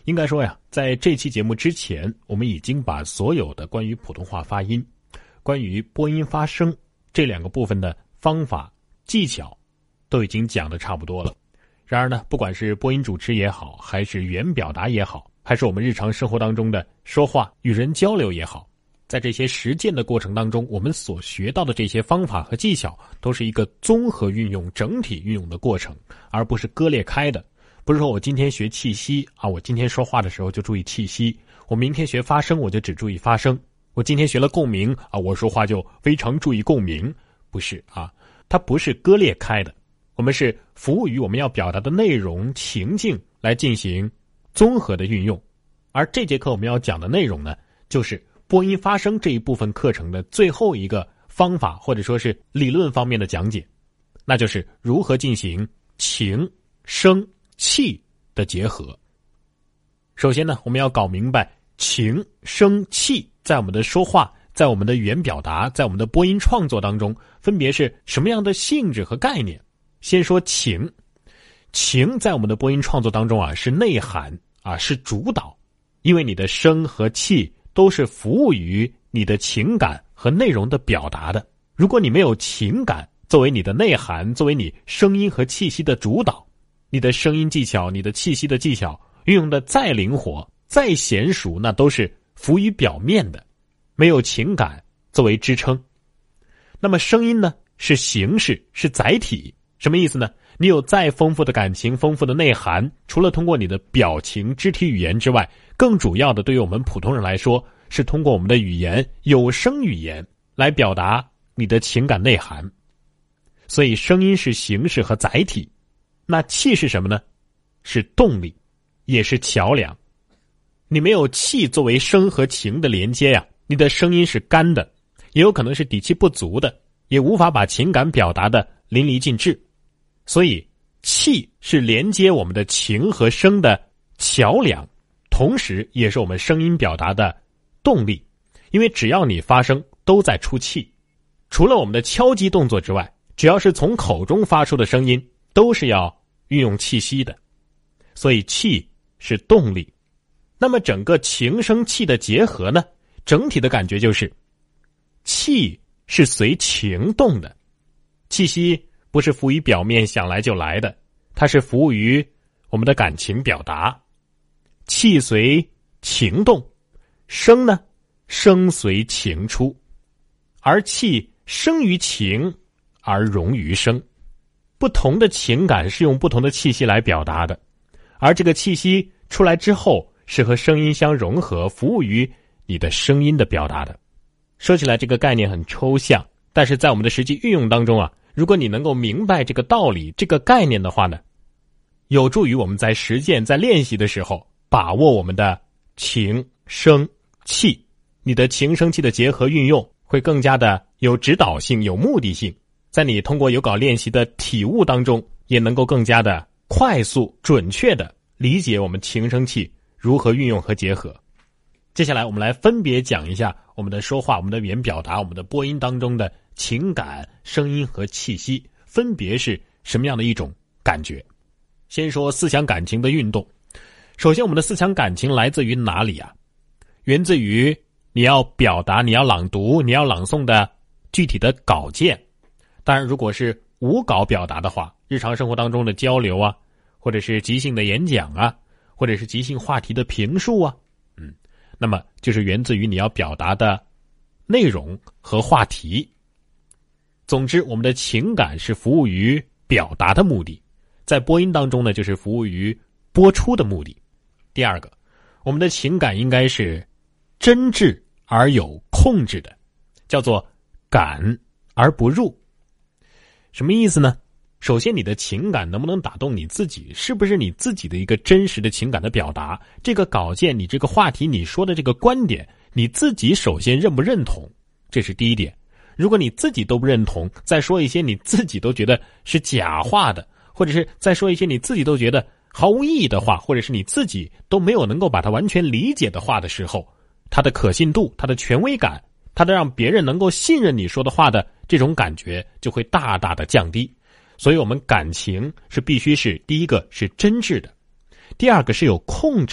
应该说呀，在这期节目之前，我们已经把所有的关于普通话发音、关于播音发声这两个部分的方法、技巧都已经讲得差不多了。然而呢，不管是播音主持也好，还是语言表达也好，还是我们日常生活当中的说话、与人交流也好，在这些实践的过程当中，我们所学到的这些方法和技巧都是一个综合运用、整体运用的过程，而不是割裂开的。不是说我今天学气息啊，我今天说话的时候就注意气息，我明天学发声我就只注意发声，我今天学了共鸣啊，我说话就非常注意共鸣。不是啊，它不是割裂开的，我们是服务于我们要表达的内容、情境来进行综合的运用。而这节课我们要讲的内容呢，就是播音发声这一部分课程的最后一个方法，或者说是理论方面的讲解，那就是如何进行情、声、气的结合。首先呢，我们要搞明白情、声、气在我们的说话、在我们的语言表达、在我们的播音创作当中分别是什么样的性质和概念。先说情，情在我们的播音创作当中啊，是内涵啊，是主导，因为你的声和气都是服务于你的情感和内容的表达的。如果你没有情感作为你的内涵，作为你声音和气息的主导，你的声音技巧、你的气息的技巧运用的再灵活、再娴熟，那都是浮于表面的，没有情感作为支撑。那么声音呢，是形式，是载体。什么意思呢？你有再丰富的感情、丰富的内涵，除了通过你的表情、肢体语言之外，更主要的对于我们普通人来说，是通过我们的语言、有声语言来表达你的情感内涵。所以声音是形式和载体。那气是什么呢？是动力，也是桥梁。你没有气作为声和情的连接呀，你的声音是干的，也有可能是底气不足的，也无法把情感表达的淋漓尽致。所以气是连接我们的情和声的桥梁，同时也是我们声音表达的动力。因为只要你发声都在出气，除了我们的敲击动作之外，只要是从口中发出的声音都是要运用气息的。所以气是动力。那么整个情声气的结合呢，整体的感觉就是气是随情动的，气息不是浮于表面想来就来的，它是服务于我们的感情表达。气随情动，声呢，声随情出，而气生于情而融于声。不同的情感是用不同的气息来表达的，而这个气息出来之后是和声音相融合，服务于你的声音的表达的。说起来这个概念很抽象，但是在我们的实际运用当中啊，如果你能够明白这个道理、这个概念的话呢，有助于我们在实践、在练习的时候把握我们的情、声、气。你的情声气的结合运用会更加的有指导性、有目的性，在你通过有稿练习的体悟当中，也能够更加的快速、准确的理解我们情声气如何运用和结合。接下来我们来分别讲一下我们的说话、我们的语言表达、我们的播音当中的情感、声音和气息分别是什么样的一种感觉。先说思想感情的运动。首先我们的思想感情来自于哪里啊？源自于你要表达、你要朗读、你要朗诵的具体的稿件。当然如果是无稿表达的话，日常生活当中的交流啊，或者是即兴的演讲啊，或者是即兴话题的评述啊，那么就是源自于你要表达的内容和话题。总之我们的情感是服务于表达的目的，在播音当中呢，就是服务于播出的目的。第二个，我们的情感应该是真挚而有控制的，叫做感而不入。什么意思呢？首先你的情感能不能打动你自己，是不是你自己的一个真实的情感的表达，这个稿件、你这个话题、你说的这个观点，你自己首先认不认同，这是第一点。如果你自己都不认同，再说一些你自己都觉得是假话的，或者是再说一些你自己都觉得毫无意义的话，或者是你自己都没有能够把它完全理解的话的时候，它的可信度、它的权威感、它的让别人能够信任你说的话的这种感觉就会大大的降低。所以我们感情是必须是第一个是真挚的，第二个是有控制的。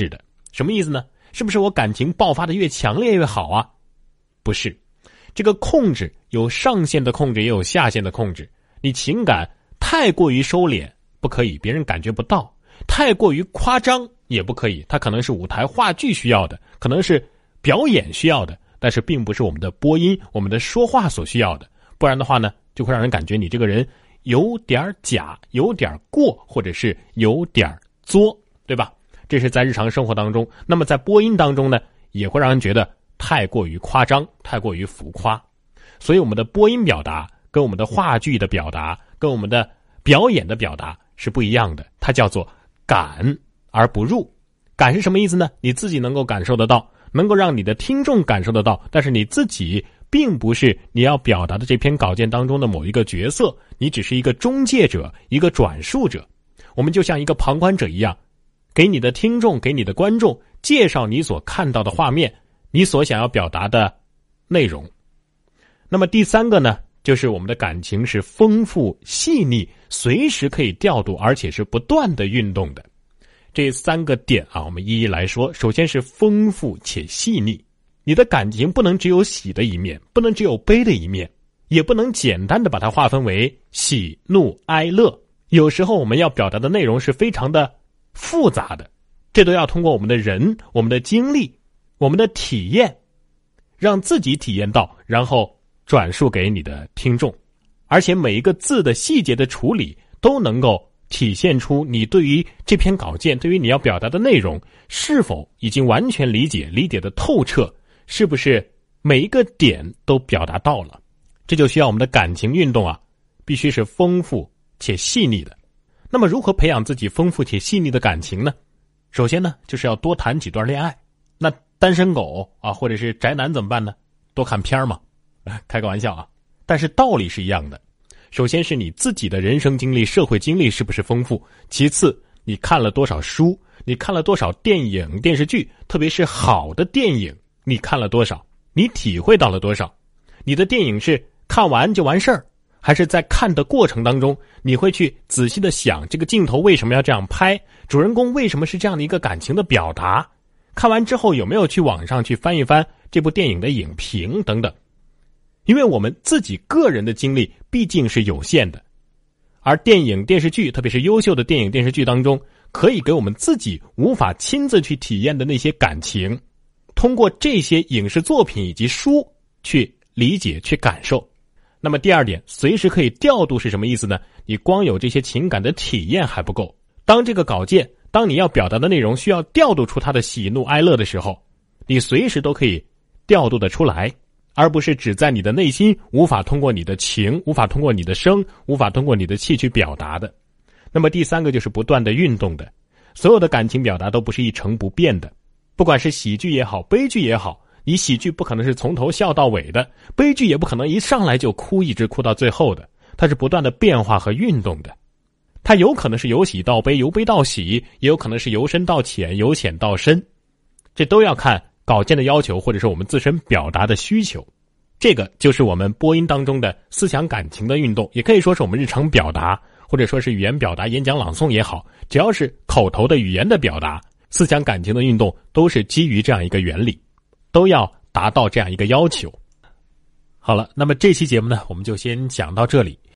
什么意思呢？是不是我感情爆发的越强烈越好啊？不是，这个控制有上限的控制，也有下限的控制。你情感太过于收敛不可以，别人感觉不到；太过于夸张也不可以，它可能是舞台话剧需要的，可能是表演需要的，但是并不是我们的播音、我们的说话所需要的。不然的话呢，就会让人感觉你这个人有点假，有点过，或者是有点作，对吧？这是在日常生活当中。那么在播音当中呢，也会让人觉得太过于夸张，太过于浮夸。所以我们的播音表达跟我们的话剧的表达，跟我们的表演的表达是不一样的，它叫做感而不入。感是什么意思呢？你自己能够感受得到，能够让你的听众感受得到，但是你自己并不是你要表达的这篇稿件当中的某一个角色，你只是一个中介者，一个转述者。我们就像一个旁观者一样，给你的听众，给你的观众介绍你所看到的画面，你所想要表达的内容。那么第三个呢，就是我们的感情是丰富细腻，随时可以调度，而且是不断的运动的。这三个点啊，我们一一来说。首先是丰富且细腻，你的感情不能只有喜的一面，不能只有悲的一面，也不能简单的把它划分为喜怒哀乐。有时候我们要表达的内容是非常的复杂的，这都要通过我们的人、我们的经历、我们的体验，让自己体验到，然后转述给你的听众。而且每一个字的细节的处理都能够体现出你对于这篇稿件，对于你要表达的内容是否已经完全理解的透彻，是不是每一个点都表达到了。这就需要我们的感情运动啊，必须是丰富且细腻的。那么如何培养自己丰富且细腻的感情呢？首先呢，就是要多谈几段恋爱。那单身狗啊，或者是宅男怎么办呢？多看片嘛，开个玩笑啊。但是道理是一样的。首先是你自己的人生经历、社会经历是不是丰富，其次你看了多少书，你看了多少电影电视剧，特别是好的电影你看了多少，你体会到了多少。你的电影是看完就完事儿，还是在看的过程当中你会去仔细的想这个镜头为什么要这样拍，主人公为什么是这样的一个感情的表达，看完之后有没有去网上去翻一翻这部电影的影评等等。因为我们自己个人的经历毕竟是有限的，而电影电视剧，特别是优秀的电影电视剧当中，可以给我们自己无法亲自去体验的那些感情，通过这些影视作品以及书去理解去感受。那么第二点，随时可以调度是什么意思呢？你光有这些情感的体验还不够，当这个稿件，当你要表达的内容需要调度出它的喜怒哀乐的时候，你随时都可以调度得出来，而不是只在你的内心，无法通过你的情，无法通过你的声，无法通过你的气去表达的。那么第三个就是不断的运动的。所有的感情表达都不是一成不变的，不管是喜剧也好，悲剧也好，你喜剧不可能是从头笑到尾的，悲剧也不可能一上来就哭，一直哭到最后的，它是不断的变化和运动的。它有可能是由喜到悲，由悲到喜，也有可能是由深到浅，由浅到深，这都要看稿件的要求，或者是我们自身表达的需求。这个就是我们播音当中的思想感情的运动，也可以说是我们日常表达，或者说是语言表达、演讲朗诵也好，只要是口头的语言的表达，思想感情的运动都是基于这样一个原理，都要达到这样一个要求。好了，那么这期节目呢，我们就先讲到这里。